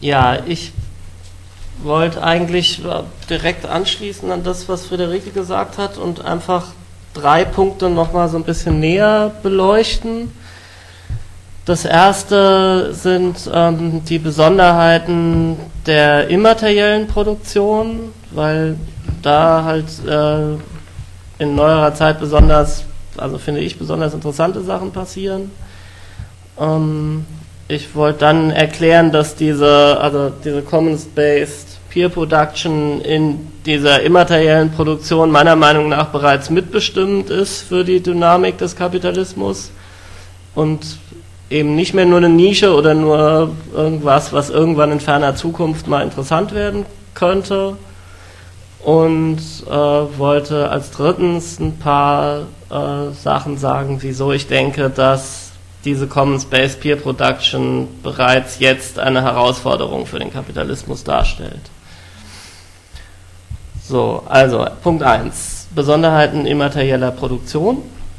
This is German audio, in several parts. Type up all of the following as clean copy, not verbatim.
Ja, ich wollte eigentlich direkt anschließen an das, was Friederike gesagt hat und einfach 3 Punkte nochmal so ein bisschen näher beleuchten. Das erste sind die Besonderheiten der immateriellen Produktion, weil da halt in neuerer Zeit besonders, also finde ich, besonders interessante Sachen passieren. Ich wollte dann erklären, dass diese Commons-Based Peer Production in dieser immateriellen Produktion meiner Meinung nach bereits mitbestimmend ist für die Dynamik des Kapitalismus und eben nicht mehr nur eine Nische oder nur irgendwas, was irgendwann in ferner Zukunft mal interessant werden könnte. Und wollte als drittens ein paar Sachen sagen, wieso ich denke, dass diese Commons-Based Peer Production bereits jetzt eine Herausforderung für den Kapitalismus darstellt. So, also Punkt 1, Besonderheiten immaterieller Produktion.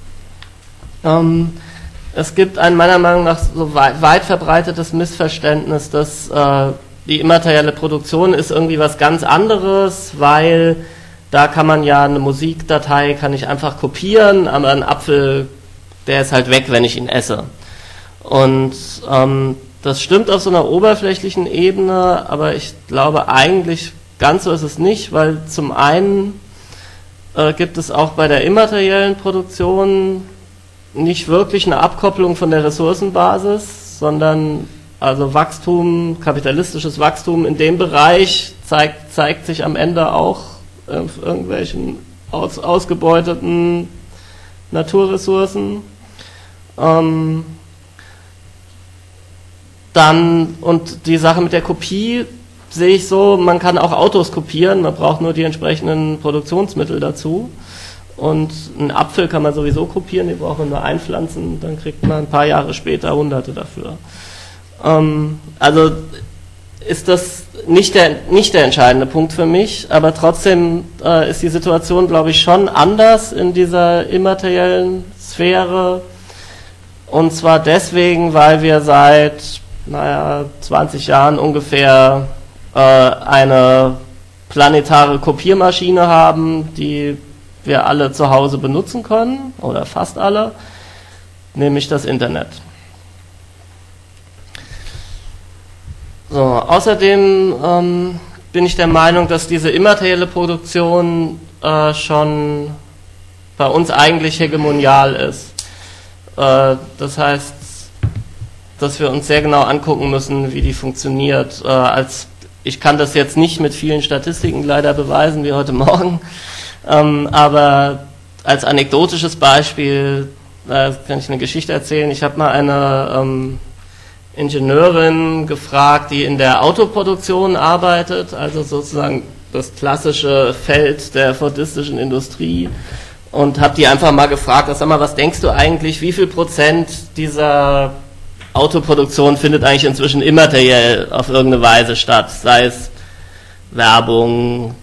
Es gibt ein meiner Meinung nach so weit verbreitetes Missverständnis, dass die immaterielle Produktion ist irgendwie was ganz anderes, weil da kann man ja eine Musikdatei, kann ich einfach kopieren, aber ein Apfel, der ist halt weg, wenn ich ihn esse. Und das stimmt auf so einer oberflächlichen Ebene, aber ich glaube eigentlich ganz so ist es nicht, weil zum einen gibt es auch bei der immateriellen Produktion nicht wirklich eine Abkopplung von der Ressourcenbasis, sondern also Wachstum, kapitalistisches Wachstum in dem Bereich zeigt sich am Ende auch auf irgendwelchen ausgebeuteten Naturressourcen. Dann, und die Sache mit der Kopie sehe ich so, man kann auch Autos kopieren, man braucht nur die entsprechenden Produktionsmittel dazu. Und einen Apfel kann man sowieso kopieren, den braucht man nur einpflanzen, dann kriegt man ein paar Jahre später Hunderte dafür. Also ist das nicht der entscheidende Punkt für mich, aber trotzdem ist die Situation, glaube ich, schon anders in dieser immateriellen Sphäre. Und zwar deswegen, weil wir seit 20 Jahren ungefähr eine planetare Kopiermaschine haben, die wir alle zu Hause benutzen können, oder fast alle, nämlich das Internet. So, außerdem bin ich der Meinung, dass diese immaterielle Produktion schon bei uns eigentlich hegemonial ist. Das heißt, dass wir uns sehr genau angucken müssen, wie die funktioniert. Ich kann das jetzt nicht mit vielen Statistiken leider beweisen, wie heute Morgen, aber als anekdotisches Beispiel kann ich eine Geschichte erzählen. Ich habe mal eine Ingenieurin gefragt, die in der Autoproduktion arbeitet, also sozusagen das klassische Feld der fordistischen Industrie, und habe die einfach mal gefragt, sag mal, was denkst du eigentlich, wie viel Prozent dieser Autoproduktion findet eigentlich inzwischen immateriell auf irgendeine Weise statt, sei es Werbung,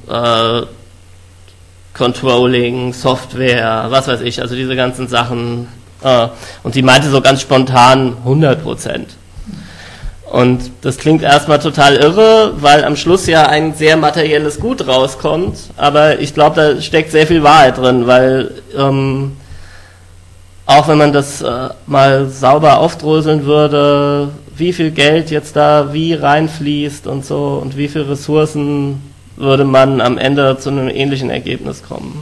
Controlling, Software, was weiß ich, also diese ganzen Sachen. Und sie meinte so ganz spontan 100%. Und das klingt erstmal total irre, weil am Schluss ja ein sehr materielles Gut rauskommt, aber ich glaube, da steckt sehr viel Wahrheit drin, weil auch wenn man das mal sauber aufdröseln würde, wie viel Geld jetzt da wie reinfließt und so und wie viel Ressourcen, würde man am Ende zu einem ähnlichen Ergebnis kommen.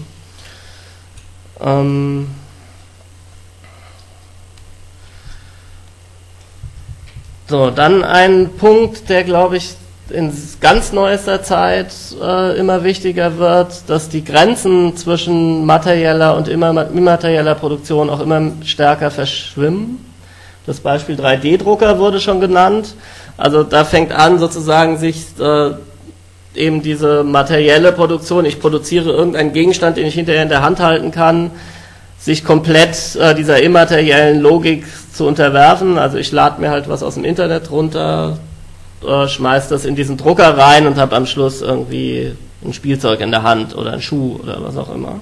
So, dann ein Punkt, der, glaube ich, in ganz neuester Zeit immer wichtiger wird, dass die Grenzen zwischen materieller und immaterieller Produktion auch immer stärker verschwimmen. Das Beispiel 3D-Drucker wurde schon genannt. Also da fängt an, sozusagen sich eben diese materielle Produktion, ich produziere irgendeinen Gegenstand, den ich hinterher in der Hand halten kann, sich komplett dieser immateriellen Logik zu unterwerfen. Also ich lade mir halt was aus dem Internet runter, schmeiß das in diesen Drucker rein und habe am Schluss irgendwie ein Spielzeug in der Hand oder einen Schuh oder was auch immer.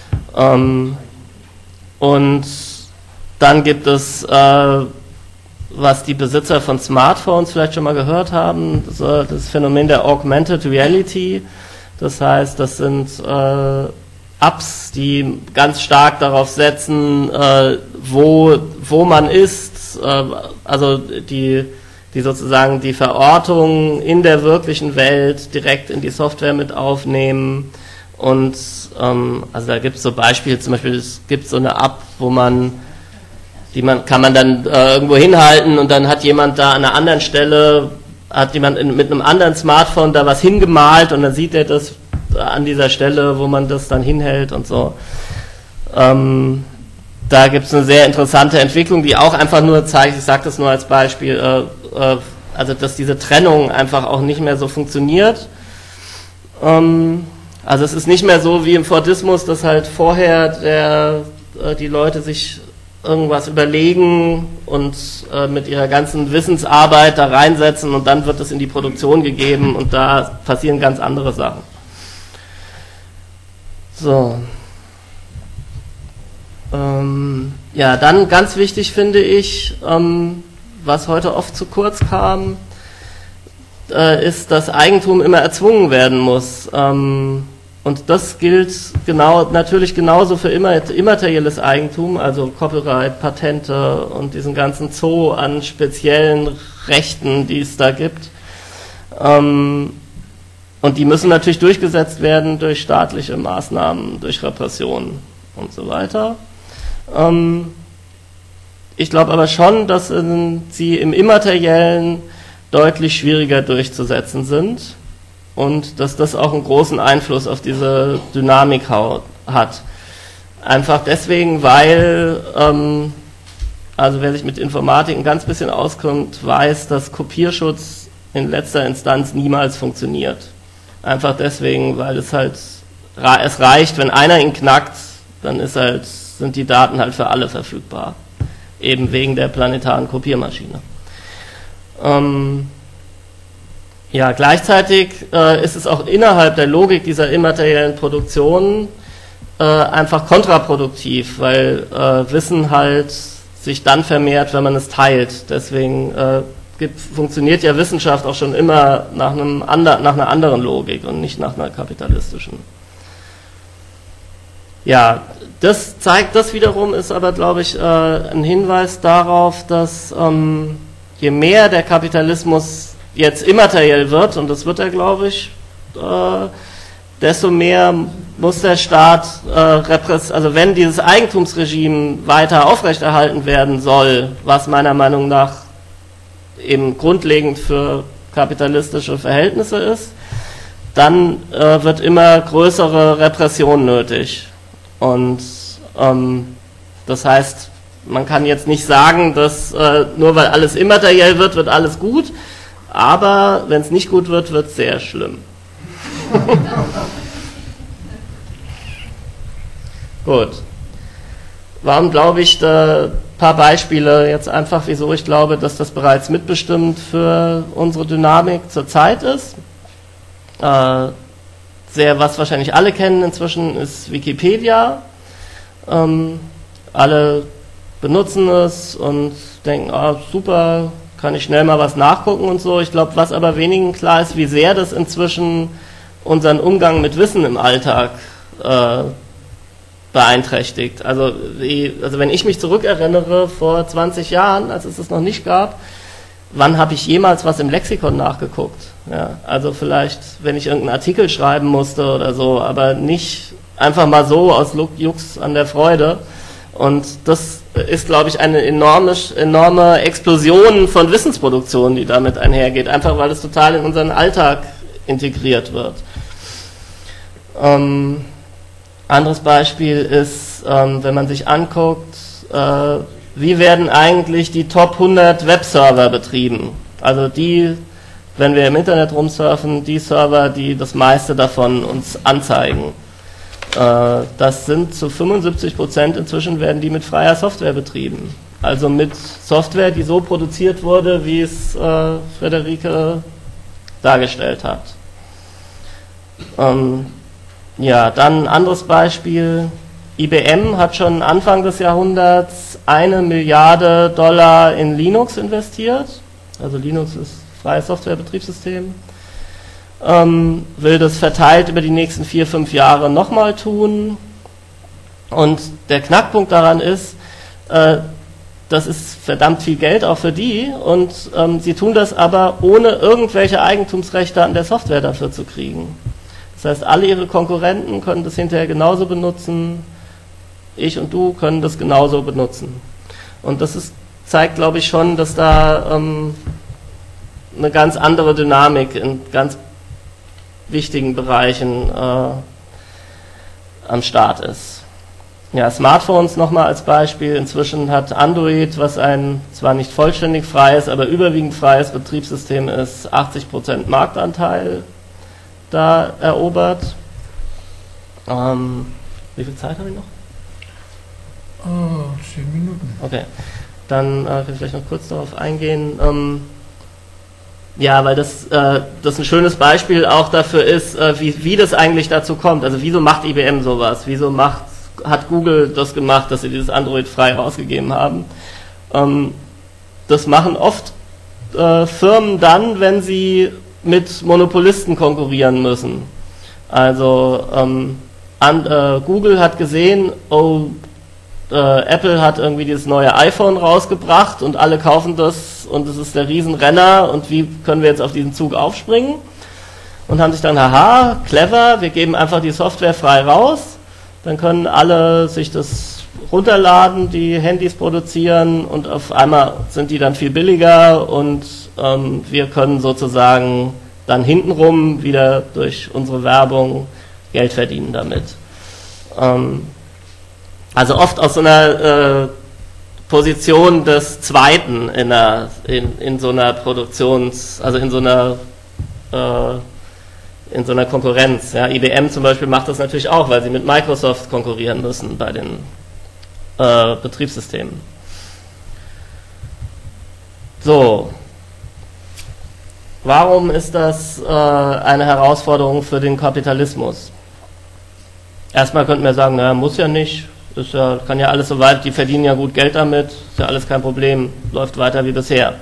Und dann gibt es was die Besitzer von Smartphones vielleicht schon mal gehört haben, das Phänomen der Augmented Reality. Das heißt, das sind Apps, die ganz stark darauf setzen, wo man ist, also die sozusagen die Verortung in der wirklichen Welt direkt in die Software mit aufnehmen. Und also da gibt es so Beispiele, zum Beispiel es gibt so eine App, kann man dann irgendwo hinhalten und dann hat jemand da an einer anderen Stelle, hat jemand mit einem anderen Smartphone da was hingemalt und dann sieht er das an dieser Stelle, wo man das dann hinhält und so. Da gibt es eine sehr interessante Entwicklung, die auch einfach nur zeigt, ich sage das nur als Beispiel, also dass diese Trennung einfach auch nicht mehr so funktioniert. Also es ist nicht mehr so wie im Fordismus, dass halt vorher die Leute sich irgendwas überlegen und mit ihrer ganzen Wissensarbeit da reinsetzen und dann wird es in die Produktion gegeben und da passieren ganz andere Sachen. So. Ja, dann ganz wichtig finde ich, was heute oft zu kurz kam, ist, dass Eigentum immer erzwungen werden muss. Und das gilt natürlich genauso für immaterielles Eigentum, also Copyright, Patente und diesen ganzen Zoo an speziellen Rechten, die es da gibt. Und die müssen natürlich durchgesetzt werden durch staatliche Maßnahmen, durch Repressionen und so weiter. Ich glaube aber schon, dass sie im Immateriellen deutlich schwieriger durchzusetzen sind. Und dass das auch einen großen Einfluss auf diese Dynamik hat. Einfach deswegen, weil, also wer sich mit Informatik ein ganz bisschen auskommt, weiß, dass Kopierschutz in letzter Instanz niemals funktioniert. Einfach deswegen, weil es reicht, wenn einer ihn knackt, dann sind die Daten halt für alle verfügbar. Eben wegen der planetaren Kopiermaschine. Ja, gleichzeitig ist es auch innerhalb der Logik dieser immateriellen Produktion einfach kontraproduktiv, weil Wissen halt sich dann vermehrt, wenn man es teilt. Deswegen funktioniert ja Wissenschaft auch schon immer nach einer anderen Logik und nicht nach einer kapitalistischen. Ja, das wiederum ist aber, glaube ich, ein Hinweis darauf, dass je mehr der Kapitalismus jetzt immateriell wird, und das wird er, glaube ich, desto mehr muss der Staat also wenn dieses Eigentumsregime weiter aufrechterhalten werden soll, was meiner Meinung nach eben grundlegend für kapitalistische Verhältnisse ist, dann wird immer größere Repression nötig. Und das heißt, man kann jetzt nicht sagen, dass nur weil alles immateriell wird alles gut, aber wenn es nicht gut wird, wird es sehr schlimm. Gut. Warum glaube ich, ein paar Beispiele jetzt einfach, wieso ich glaube, dass das bereits mitbestimmt für unsere Dynamik zur Zeit ist. Was wahrscheinlich alle kennen inzwischen, ist Wikipedia. Alle benutzen es und denken, super, kann ich schnell mal was nachgucken und so. Ich glaube, was aber wenigen klar ist, wie sehr das inzwischen unseren Umgang mit Wissen im Alltag beeinträchtigt. Also wenn ich mich zurückerinnere, vor 20 Jahren, als es das noch nicht gab, wann habe ich jemals was im Lexikon nachgeguckt? Ja, also vielleicht, wenn ich irgendeinen Artikel schreiben musste oder so, aber nicht einfach mal so aus Jux an der Freude. Und das ist, glaube ich, eine enorme Explosion von Wissensproduktion, die damit einhergeht, einfach weil es total in unseren Alltag integriert wird. Anderes Beispiel ist, wenn man sich anguckt, wie werden eigentlich die Top 100 Webserver betrieben? Also wenn wir im Internet rumsurfen, die Server, die das meiste davon uns anzeigen. Das sind zu 75% inzwischen werden die mit freier Software betrieben. Also mit Software, die so produziert wurde, wie es Friederike dargestellt hat. Ja, dann ein anderes Beispiel, IBM hat schon Anfang des Jahrhunderts $1 Milliarde in Linux investiert. Also Linux ist freies Softwarebetriebssystem. Will das verteilt über die nächsten 4-5 Jahre nochmal tun. Und der Knackpunkt daran ist, das ist verdammt viel Geld auch für die, und sie tun das aber ohne irgendwelche Eigentumsrechte an der Software dafür zu kriegen. Das heißt, alle ihre Konkurrenten können das hinterher genauso benutzen, ich und du können das genauso benutzen. Und das zeigt, glaube ich, schon, dass da eine ganz andere Dynamik in ganz wichtigen Bereichen am Start ist. Ja, Smartphones nochmal als Beispiel. Inzwischen hat Android, was ein zwar nicht vollständig freies, aber überwiegend freies Betriebssystem ist, 80% Marktanteil da erobert. Wie viel Zeit habe ich noch? 10 Minuten. Okay, dann kann ich vielleicht noch kurz darauf eingehen. Ja, weil das ein schönes Beispiel auch dafür ist, wie das eigentlich dazu kommt. Also wieso macht IBM sowas? Wieso hat Google das gemacht, dass sie dieses Android frei rausgegeben haben? Das machen oft Firmen dann, wenn sie mit Monopolisten konkurrieren müssen. Also Google hat gesehen, Apple hat irgendwie dieses neue iPhone rausgebracht und alle kaufen das und es ist der Riesenrenner und wie können wir jetzt auf diesen Zug aufspringen? Und haben sich dann, haha, clever, wir geben einfach die Software frei raus, dann können alle sich das runterladen, die Handys produzieren und auf einmal sind die dann viel billiger und wir können sozusagen dann hintenrum wieder durch unsere Werbung Geld verdienen damit. Also oft aus so einer Position des Zweiten in so einer also in so einer Konkurrenz. Ja. IBM zum Beispiel macht das natürlich auch, weil sie mit Microsoft konkurrieren müssen bei den Betriebssystemen. So. Warum ist das eine Herausforderung für den Kapitalismus? Erstmal könnten wir sagen, naja, muss ja nicht. Kann ja alles so weit, die verdienen ja gut Geld damit, ist ja alles kein Problem, läuft weiter wie bisher.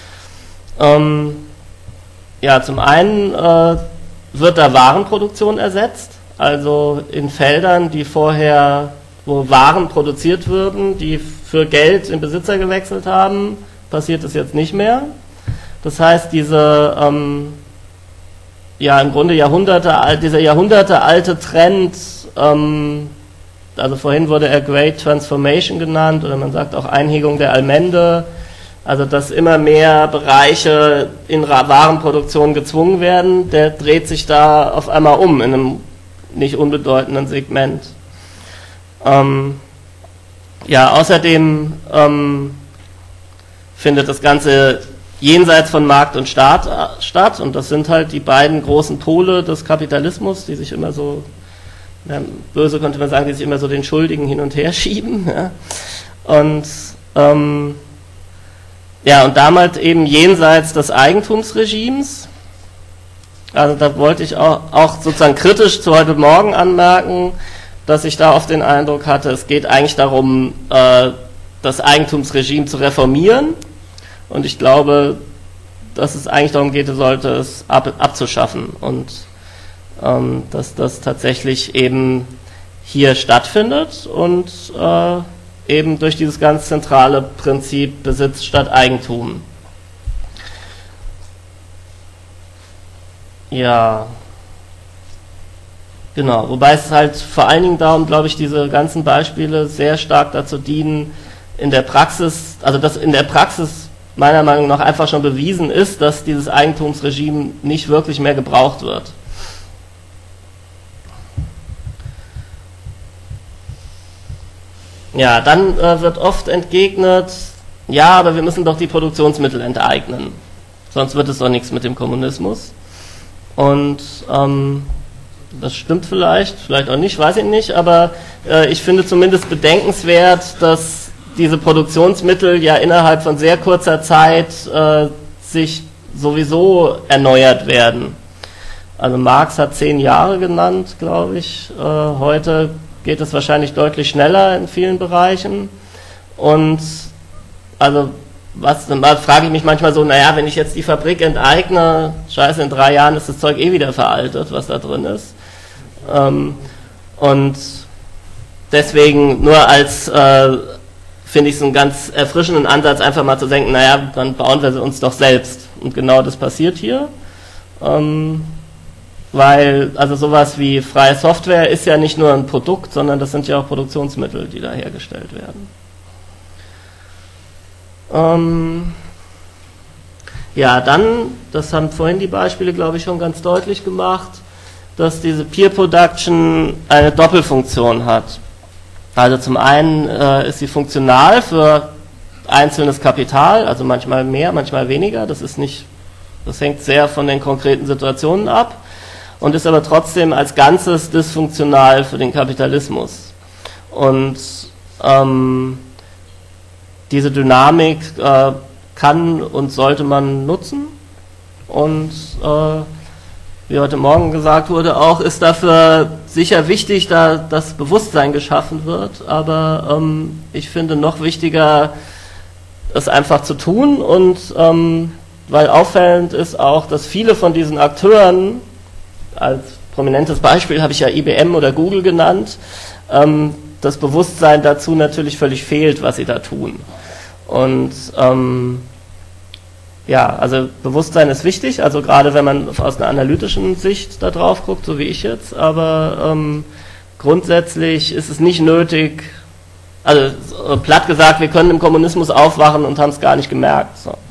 Ja, zum einen wird da Warenproduktion ersetzt, also in Feldern, wo Waren produziert würden, die für Geld in Besitzer gewechselt haben, passiert es jetzt nicht mehr. Das heißt, dieser im Grunde dieser jahrhundertealte Trend, also vorhin wurde er Great Transformation genannt, oder man sagt auch Einhegung der Allmende, also dass immer mehr Bereiche in Warenproduktion gezwungen werden, der dreht sich da auf einmal in einem nicht unbedeutenden Segment. Außerdem findet das Ganze jenseits von Markt und Staat statt, und das sind halt die beiden großen Pole des Kapitalismus, die sich immer so, böse könnte man sagen, die sich immer so den Schuldigen hin und her schieben. Ja. Und damals eben jenseits des Eigentumsregimes. Also da wollte ich auch sozusagen kritisch zu heute Morgen anmerken, dass ich da oft den Eindruck hatte, es geht eigentlich darum, das Eigentumsregime zu reformieren. Und ich glaube, dass es eigentlich darum geht, sollte es abzuschaffen. Und dass das tatsächlich eben hier stattfindet und eben durch dieses ganz zentrale Prinzip Besitz statt Eigentum. Ja, genau. Wobei es halt vor allen Dingen darum, glaube ich, diese ganzen Beispiele sehr stark dazu dienen, in der Praxis, also dass in der Praxis meiner Meinung nach einfach schon bewiesen ist, dass dieses Eigentumsregime nicht wirklich mehr gebraucht wird. Ja, dann wird oft entgegnet, ja, aber wir müssen doch die Produktionsmittel enteignen, sonst wird es doch nichts mit dem Kommunismus. Und das stimmt vielleicht auch nicht, weiß ich nicht, aber ich finde zumindest bedenkenswert, dass diese Produktionsmittel ja innerhalb von sehr kurzer Zeit sich sowieso erneuert werden. Also Marx hat 10 Jahre genannt, glaube ich. Heute geht es wahrscheinlich deutlich schneller in vielen Bereichen. Und also dann frage ich mich manchmal so, naja, wenn ich jetzt die Fabrik enteigne, scheiße, in 3 Jahren ist das Zeug eh wieder veraltet, was da drin ist. Und deswegen nur als, finde ich es einen ganz erfrischenden Ansatz, einfach mal zu denken, naja, dann bauen wir sie uns doch selbst. Und genau das passiert hier. Weil, also sowas wie freie Software ist ja nicht nur ein Produkt, sondern das sind ja auch Produktionsmittel, die da hergestellt werden. Ja, dann, das haben vorhin die Beispiele, glaube ich, schon ganz deutlich gemacht, dass diese Peer Production eine Doppelfunktion hat. Also zum einen ist sie funktional für einzelnes Kapital, also manchmal mehr, manchmal weniger, das hängt sehr von den konkreten Situationen ab und ist aber trotzdem als Ganzes dysfunktional für den Kapitalismus. Und diese Dynamik kann und sollte man nutzen und wie heute Morgen gesagt wurde auch, ist dafür sicher wichtig, da das Bewusstsein geschaffen wird, aber ich finde noch wichtiger, es einfach zu tun und weil auffällend ist auch, dass viele von diesen Akteuren, als prominentes Beispiel habe ich ja IBM oder Google genannt, das Bewusstsein dazu natürlich völlig fehlt, was sie da tun. Und ja, also Bewusstsein ist wichtig, also gerade wenn man aus einer analytischen Sicht da drauf guckt, so wie ich jetzt, aber grundsätzlich ist es nicht nötig, also platt gesagt, wir können im Kommunismus aufwachen und haben es gar nicht gemerkt. So.